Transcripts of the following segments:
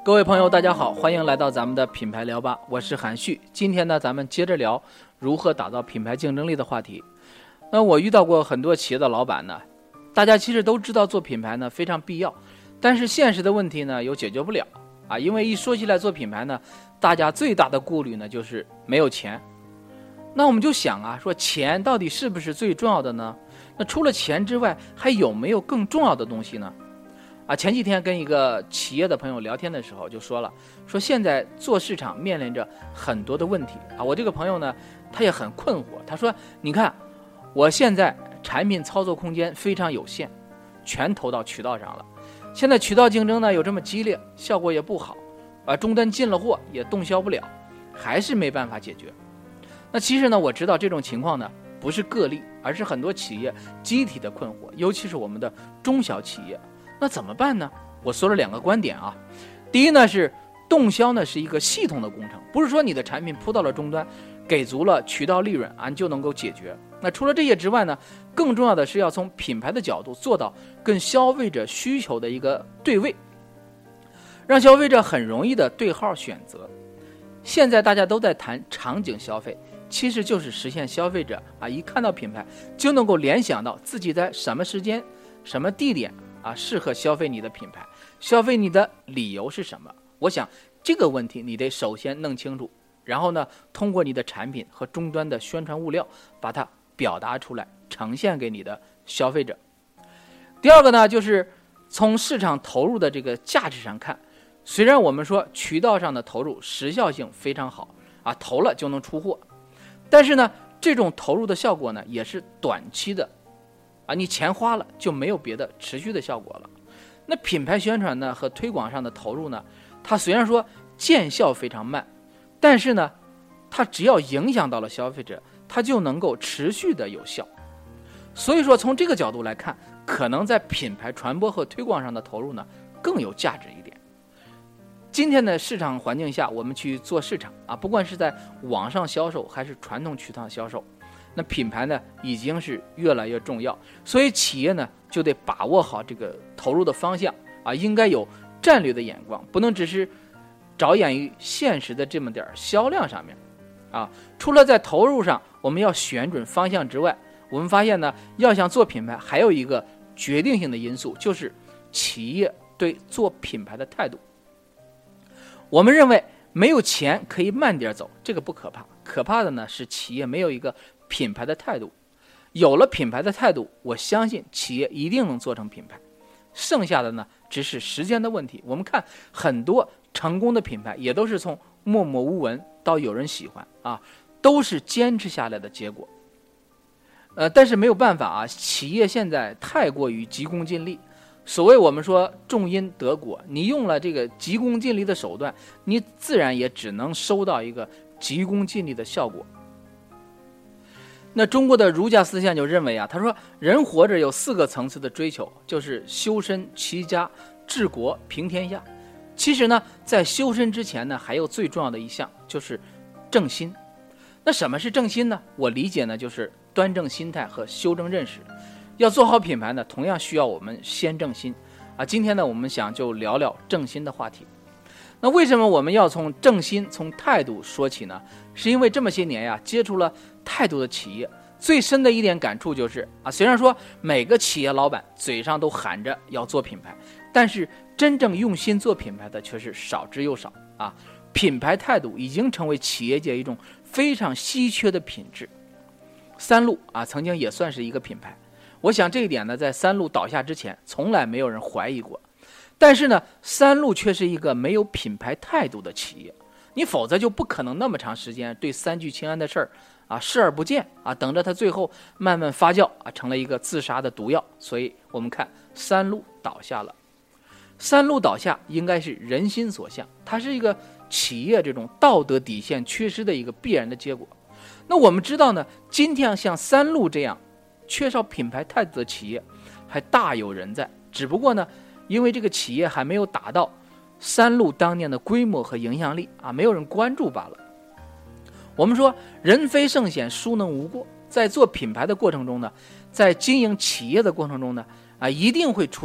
各位朋友大家好，欢迎来到咱们的品牌聊吧，我是韩旭。今天呢，咱们接着聊如何打造品牌竞争力的话题。那我遇到过很多企业的老板呢，大家其实都知道做品牌呢非常必要，但是现实的问题呢又解决不了啊。因为一说起来做品牌呢，大家最大的顾虑呢就是没有钱。那我们就想啊，说钱到底是不是最重要的呢？那除了钱之外，还有没有更重要的东西呢？前几天跟一个企业的朋友聊天的时候就说了，说现在做市场面临着很多的问题啊。我这个朋友呢，他也很困惑，他说你看我现在产品操作空间非常有限，全投到渠道上了，现在渠道竞争呢有这么激烈，效果也不好终端进了货也动销不了，还是没办法解决。那其实呢，我知道这种情况呢不是个例，而是很多企业集体的困惑，尤其是我们的中小企业。那怎么办呢？我说了两个观点啊。第一呢是动销呢是一个系统的工程，不是说你的产品铺到了终端，给足了渠道利润就能够解决。那除了这些之外呢，更重要的是要从品牌的角度做到跟消费者需求的一个对位，让消费者很容易的对号选择。现在大家都在谈场景消费，其实就是实现消费者一看到品牌就能够联想到自己在什么时间、什么地点适合消费你的品牌，消费你的理由是什么？我想这个问题你得首先弄清楚，然后呢，通过你的产品和终端的宣传物料，把它表达出来，呈现给你的消费者。第二个呢，就是从市场投入的这个价值上看，虽然我们说渠道上的投入时效性非常好投了就能出货，但是呢，这种投入的效果呢，也是短期的。你钱花了就没有别的持续的效果了。那品牌宣传呢和推广上的投入呢，它虽然说见效非常慢，但是呢，它只要影响到了消费者，它就能够持续的有效。所以说从这个角度来看，可能在品牌传播和推广上的投入呢更有价值一点。今天的市场环境下，我们去做市场不管是在网上销售还是传统渠道销售，那品牌呢已经是越来越重要，所以企业呢就得把握好这个投入的方向应该有战略的眼光，不能只是着眼于现实的这么点销量上面除了在投入上我们要选准方向之外，我们发现呢，要想做品牌还有一个决定性的因素，就是企业对做品牌的态度。我们认为没有钱可以慢点走，这个不可怕，可怕的呢是企业没有一个品牌的态度。有了品牌的态度，我相信企业一定能做成品牌，剩下的呢只是时间的问题。我们看很多成功的品牌也都是从默默无闻到有人喜欢都是坚持下来的结果。但是没有办法企业现在太过于急功近利，所谓我们说种因得果，你用了这个急功近利的手段，你自然也只能收到一个急功近利的效果。那中国的儒家思想就认为他说人活着有4个层次的追求，就是修身齐家治国平天下。其实呢，在修身之前呢，还有最重要的一项就是正心。那什么是正心呢？我理解呢，就是端正心态和修正认识。要做好品牌呢，同样需要我们先正心今天呢，我们想就聊聊正心的话题。那为什么我们要从正心、从态度说起呢？是因为这么些年接触了太多的企业，最深的一点感触就是虽然说每个企业老板嘴上都喊着要做品牌，但是真正用心做品牌的却是少之又少品牌态度已经成为企业界一种非常稀缺的品质。三鹿曾经也算是一个品牌，我想这一点呢，在三鹿倒下之前从来没有人怀疑过。但是呢，三鹿却是一个没有品牌态度的企业，你否则就不可能那么长时间对三聚氰胺的事儿视而不见等着它最后慢慢发酵成了一个自杀的毒药。所以我们看三鹿倒下了，三鹿倒下应该是人心所向，它是一个企业这种道德底线缺失的一个必然的结果。那我们知道呢，今天像三鹿这样缺少品牌态度的企业还大有人在，只不过呢，因为这个企业还没有达到三鹿当年的规模和影响力没有人关注罢了。我们说人非圣贤，孰能无过？在做品牌的过程中呢，在经营企业的过程中呢，一定会出现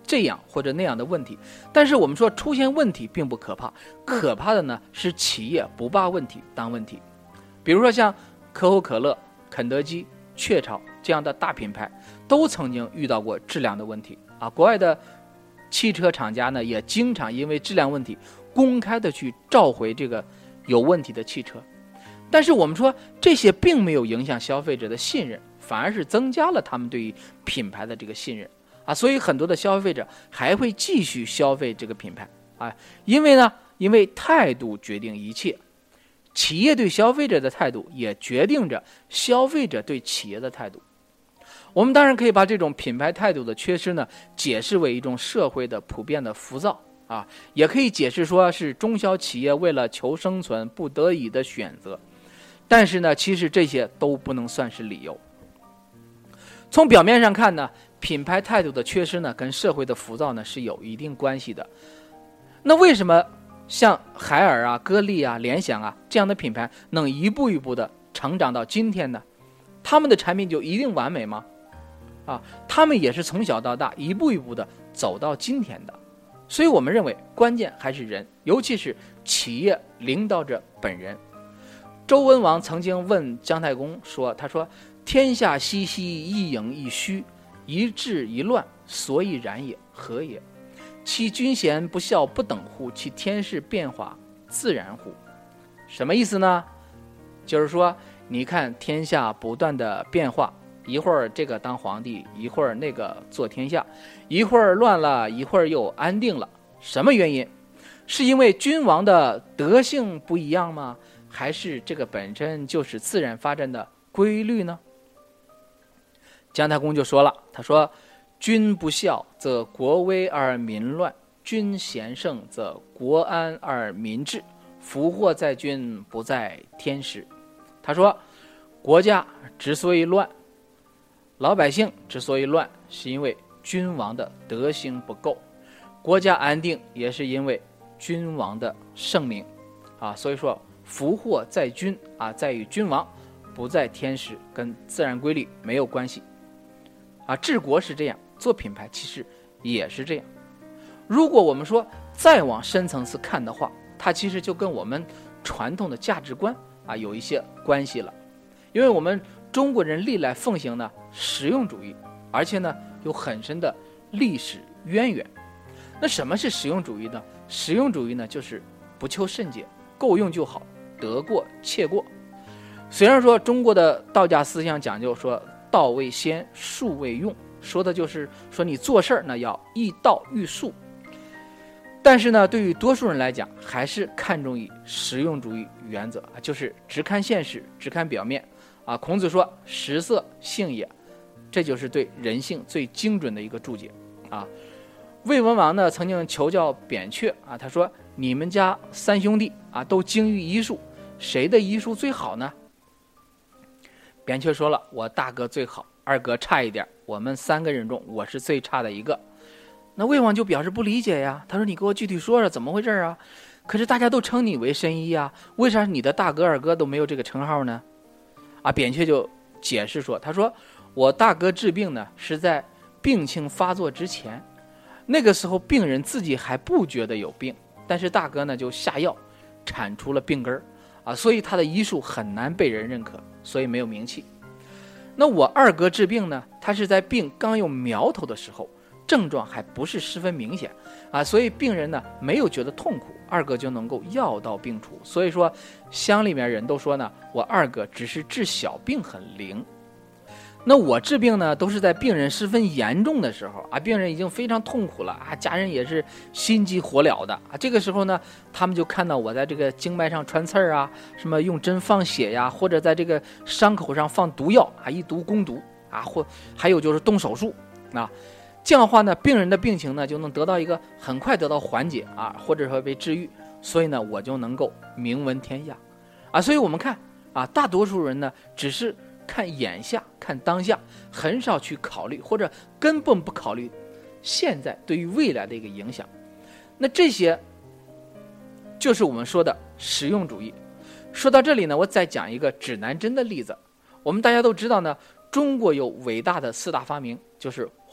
这样或者那样的问题。但是我们说出现问题并不可怕，可怕的呢是企业不把问题当问题。比如说像可口可乐、肯德基、雀巢这样的大品牌，都曾经遇到过质量的问题啊。国外的汽车厂家呢，也经常因为质量问题公开的去召回这个有问题的汽车。但是我们说这些并没有影响消费者的信任，反而是增加了他们对于品牌的这个信任啊。所以很多的消费者还会继续消费这个品牌啊，因为态度决定一切，企业对消费者的态度也决定着消费者对企业的态度。我们当然可以把这种品牌态度的缺失呢，解释为一种社会的普遍的浮躁啊，也可以解释说是中小企业为了求生存不得已的选择。但是呢，其实这些都不能算是理由。从表面上看呢，品牌态度的缺失呢，跟社会的浮躁呢是有一定关系的。那为什么像海尔啊、歌力啊、联想啊这样的品牌能一步一步的成长到今天呢？他们的产品就一定完美吗？他们也是从小到大一步一步的走到今天的。所以我们认为关键还是人，尤其是企业领导者本人。周文王曾经问姜太公说，他说天下熙熙，一盈一虚，一治一乱，所以然也，何也？其君贤不肖不等乎？其天时变化自然乎？什么意思呢？就是说你看天下不断的变化，一会儿这个当皇帝，一会儿那个做天下，一会儿乱了，一会儿又安定了。什么原因？是因为君王的德性不一样吗？还是这个本身就是自然发展的规律呢？姜太公就说了，他说君不孝则国危而民乱，君贤圣则国安而民治，福祸在君不在天时。他说国家之所以乱，老百姓之所以乱，是因为君王的德行不够，国家安定也是因为君王的圣明所以说福祸在君在于君王，不在天时，跟自然规律没有关系治国是这样，做品牌其实也是这样。如果我们说再往深层次看的话，它其实就跟我们传统的价值观有一些关系了。因为我们中国人历来奉行呢实用主义，而且呢有很深的历史渊源。那什么是实用主义呢？实用主义呢就是不求甚解，够用就好，得过且过。虽然说中国的道家思想讲究说道为先，术为用，说的就是说你做事呢要易道御术，但是呢对于多数人来讲还是看重于实用主义原则就是只看现实，只看表面孔子说食色性也，这就是对人性最精准的一个注解魏文王呢曾经求教扁鹊他说你们家三兄弟都精于医术，谁的医术最好呢？扁鹊说了，我大哥最好，二哥差一点，我们三个人中我是最差的一个。那魏王就表示不理解呀，他说你给我具体说说怎么回事啊？可是大家都称你为神医为啥你的大哥二哥都没有这个称号呢？扁鹊就解释说，他说我大哥治病呢是在病情发作之前，那个时候病人自己还不觉得有病，但是大哥呢就下药铲除了病根所以他的医术很难被人认可，所以没有名气。那我二哥治病呢，他是在病刚有苗头的时候，症状还不是十分明显所以病人呢没有觉得痛苦，二哥就能够药到病除。所以说乡里面人都说呢，我二哥只是治小病很灵。那我治病呢都是在病人十分严重的时候病人已经非常痛苦了家人也是心急火燎的这个时候呢，他们就看到我在这个经脉上穿刺什么用针放血或者在这个伤口上放毒药一毒攻毒或还有就是动手术这样的话呢，病人的病情呢就能得到一个很快得到缓解或者说被治愈，所以呢我就能够名闻天下所以我们看大多数人呢只是看眼下看当下，很少去考虑或者根本不考虑现在对于未来的一个影响。那这些就是我们说的实用主义。说到这里呢，我再讲一个指南针的例子。我们大家都知道呢，中国有伟大的四大发明，就是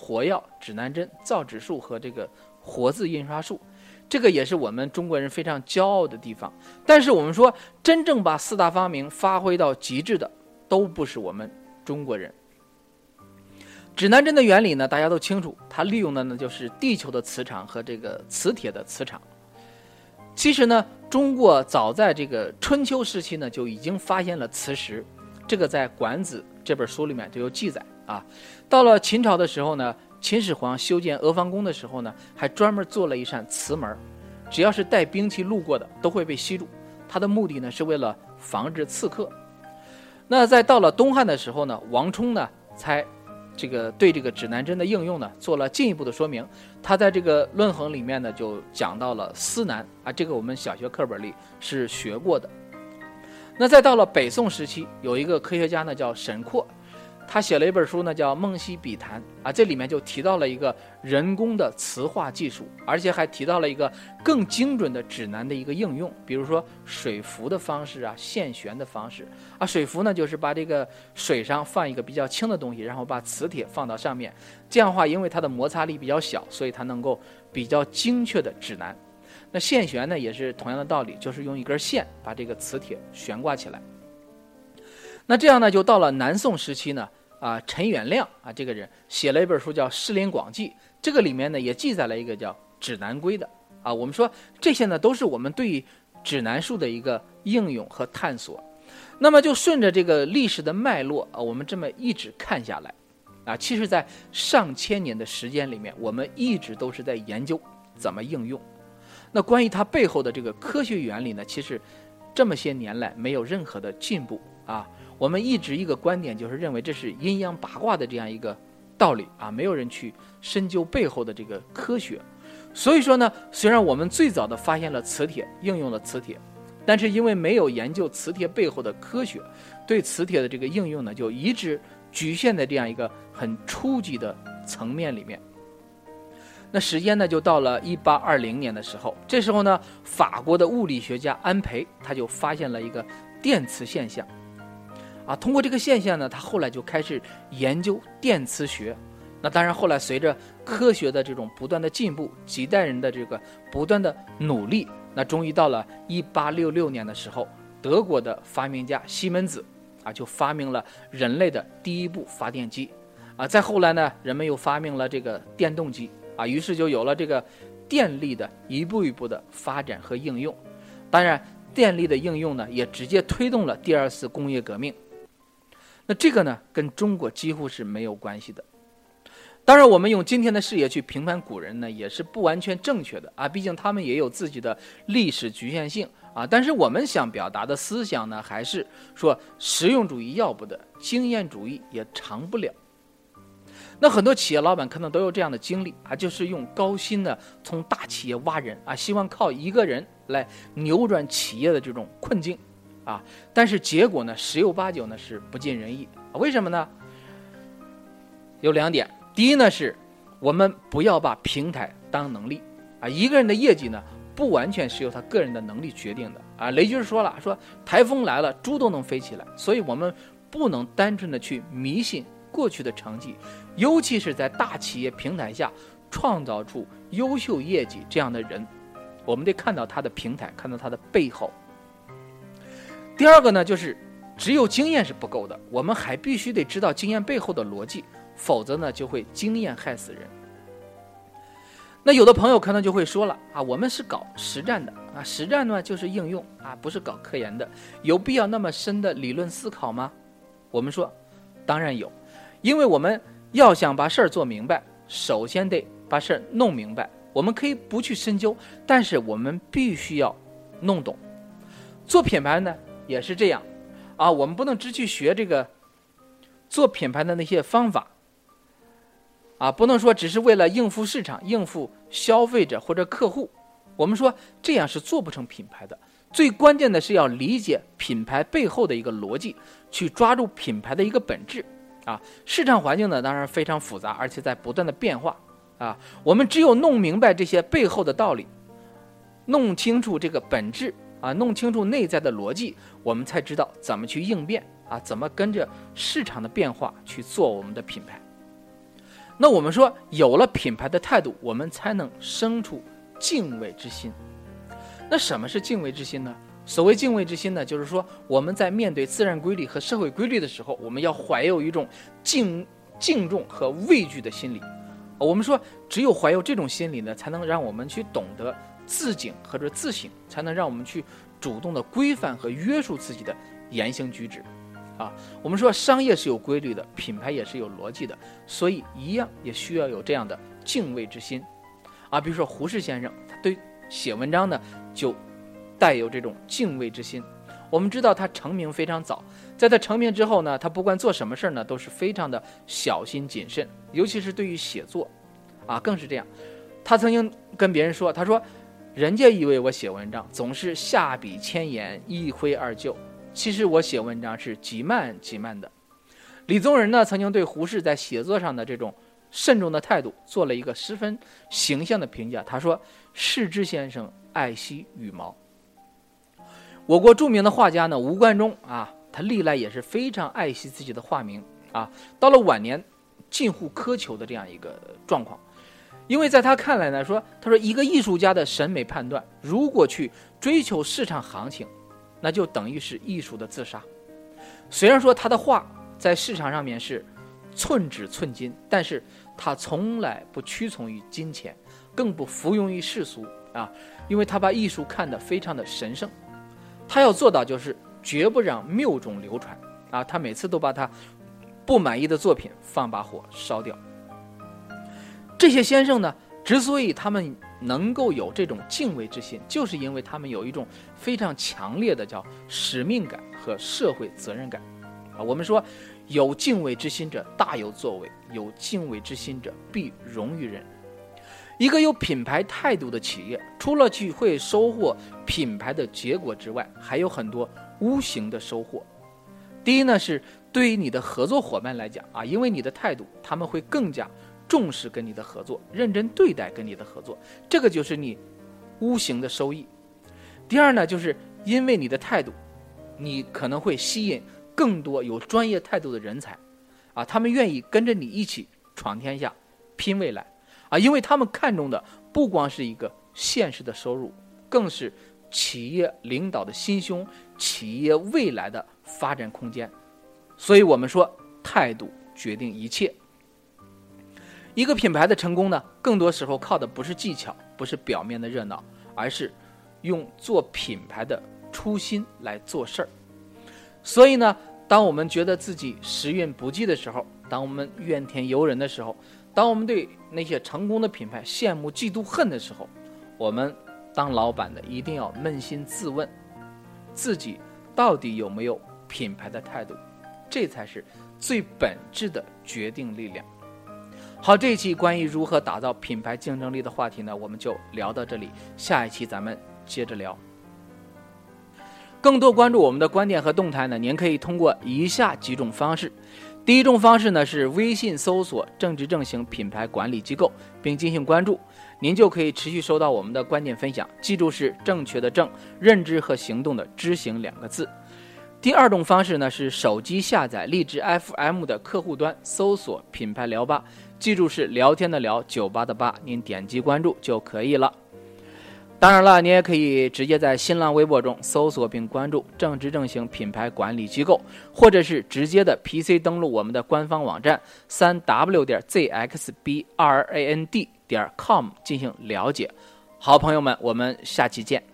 活药、指南针、造纸术和这个活字印刷术。这个也是我们中国人非常骄傲的地方。但是我们说，真正把四大发明发挥到极致的，都不是我们中国人。指南针的原理呢，大家都清楚，它利用的呢就是地球的磁场和这个磁铁的磁场。其实呢，中国早在这个春秋时期呢，就已经发现了磁石，这个在《管子》这本书里面就有记载啊。到了秦朝的时候呢，秦始皇修建阿房宫的时候呢，还专门做了一扇磁门，只要是带兵器路过的都会被吸住。它的目的呢是为了防止刺客。那在到了东汉的时候呢，王充呢才对这个指南针的应用呢做了进一步的说明。他在这个论衡里面呢就讲到了司南啊，这个我们小学课本里是学过的。那再到了北宋时期，有一个科学家呢叫沈括，他写了一本书呢叫《梦溪笔谈》啊，这里面就提到了一个人工的磁化技术，而且还提到了一个更精准的指南的一个应用，比如说水浮的方式啊，线旋的方式啊。水浮呢就是把这个水上放一个比较轻的东西，然后把磁铁放到上面，这样的话因为它的摩擦力比较小，所以它能够比较精确的指南。那线旋呢也是同样的道理，就是用一根线把这个磁铁悬挂起来。那这样呢就到了南宋时期呢，陈远亮啊，这个人写了一本书叫《诗林广记》，这个里面呢也记载了一个叫指南龟的啊。我们说这些呢都是我们对于指南术的一个应用和探索。那么就顺着这个历史的脉络啊，我们这么一直看下来啊，其实在上千年的时间里面，我们一直都是在研究怎么应用。那关于它背后的这个科学原理呢，其实这么些年来没有任何的进步啊。我们一直一个观点就是认为这是阴阳八卦的这样一个道理啊，没有人去深究背后的这个科学。所以说呢，虽然我们最早的发现了磁铁，应用了磁铁，但是因为没有研究磁铁背后的科学，对磁铁的这个应用呢，就一直局限在这样一个很初级的层面里面。那时间呢就到了1820年的时候，这时候呢，法国的物理学家安培他就发现了一个电磁现象啊。通过这个现象呢，他后来就开始研究电磁学。那当然后来随着科学的这种不断的进步，几代人的这个不断的努力，那终于到了1866年的时候，德国的发明家西门子啊就发明了人类的第一部发电机啊。再后来呢，人们又发明了这个电动机啊，于是就有了这个电力的一步一步的发展和应用。当然电力的应用呢也直接推动了第二次工业革命。那这个呢跟中国几乎是没有关系的。当然我们用今天的视野去评判古人呢也是不完全正确的啊，毕竟他们也有自己的历史局限性啊。但是我们想表达的思想呢，还是说实用主义要不得，经验主义也长不了。那很多企业老板可能都有这样的经历啊，就是用高薪的从大企业挖人啊，希望靠一个人来扭转企业的这种困境啊，但是结果呢，十有八九呢是不尽人意啊。为什么呢？有两点。第一呢，是我们不要把平台当能力啊，一个人的业绩呢不完全是由他个人的能力决定的啊。雷军说了，说台风来了，猪都能飞起来，所以我们不能单纯的去迷信过去的成绩，尤其是在大企业平台下创造出优秀业绩这样的人，我们得看到他的平台，看到他的背后。第二个呢，就是只有经验是不够的，我们还必须得知道经验背后的逻辑，否则呢就会经验害死人。那有的朋友可能就会说了啊，我们是搞实战的啊，实战呢就是应用啊，不是搞科研的，有必要那么深的理论思考吗？我们说当然有，因为我们要想把事儿做明白，首先得把事儿弄明白。我们可以不去深究，但是我们必须要弄懂。做品牌呢也是这样啊，我们不能只去学这个做品牌的那些方法啊，不能说只是为了应付市场、应付消费者或者客户。我们说这样是做不成品牌的。最关键的是要理解品牌背后的一个逻辑，去抓住品牌的一个本质啊。市场环境呢当然非常复杂，而且在不断的变化啊。我们只有弄明白这些背后的道理，弄清楚这个本质啊，弄清楚内在的逻辑，我们才知道怎么去应变啊，怎么跟着市场的变化去做我们的品牌。 那我们说有了品牌的态度，我们才能生出敬畏之心。那什么是敬畏之心呢？所谓敬畏之心呢，就是说我们在面对自然规律和社会规律的时候，我们要怀有一种敬重和畏惧的心理。我们说只有怀有这种心理呢，才能让我们去懂得自警或者自省，才能让我们去主动的规范和约束自己的言行举止。我们说商业是有规律的，品牌也是有逻辑的，所以一样也需要有这样的敬畏之心。比如说胡适先生，他对写文章呢就带有这种敬畏之心。我们知道他成名非常早，在他成名之后呢，他不管做什么事呢，都是非常的小心谨慎，尤其是对于写作更是这样。他曾经跟别人说，他说人家以为我写文章总是下笔千言，一挥而就，其实我写文章是极慢极慢的。李宗仁呢曾经对胡适在写作上的这种慎重的态度做了一个十分形象的评价，他说世之先生爱惜羽毛。我国著名的画家呢吴冠中他历来也是非常爱惜自己的画名到了晚年近乎苛求的这样一个状况。因为在他看来呢，他说一个艺术家的审美判断如果去追求市场行情，那就等于是艺术的自杀。虽然说他的画在市场上面是寸纸寸金，但是他从来不屈从于金钱，更不服庸于世俗因为他把艺术看得非常的神圣。他要做到就是绝不让谬种流传他每次都把他不满意的作品放把火烧掉。这些先生呢，之所以他们能够有这种敬畏之心，就是因为他们有一种非常强烈的叫使命感和社会责任感我们说有敬畏之心者大有作为，有敬畏之心者必荣于人。一个有品牌态度的企业，除了去会收获品牌的结果之外，还有很多无形的收获。第一呢，是对于你的合作伙伴来讲因为你的态度，他们会更加重视跟你的合作，认真对待跟你的合作，这个就是你无形的收益。第二呢，就是因为你的态度，你可能会吸引更多有专业态度的人才他们愿意跟着你一起闯天下拼未来因为他们看重的不光是一个现实的收入，更是企业领导的心胸，企业未来的发展空间。所以我们说态度决定一切。一个品牌的成功呢，更多时候靠的不是技巧，不是表面的热闹，而是用做品牌的初心来做事儿。所以呢，当我们觉得自己时运不济的时候，当我们怨天尤人的时候，当我们对那些成功的品牌羡慕嫉妒恨的时候，我们当老板的一定要扪心自问，自己到底有没有品牌的态度，这才是最本质的决定力量。好，这一期关于如何打造品牌竞争力的话题呢，我们就聊到这里，下一期咱们接着聊。更多关注我们的观点和动态呢，您可以通过以下几种方式。第一种方式呢，是微信搜索正直正行品牌管理机构并进行关注，您就可以持续收到我们的观点分享，记住是正确的正，认知和行动的知行2个字。第二种方式呢，是手机下载荔枝 FM 的客户端，搜索品牌聊吧，记住是聊天的聊，酒吧的吧，您点击关注就可以了。当然了，你也可以直接在新浪微博中搜索并关注正直正行品牌管理机构，或者是直接的 PC 登录我们的官方网站 3w.zxbrand.com 进行了解。好朋友们，我们下期见。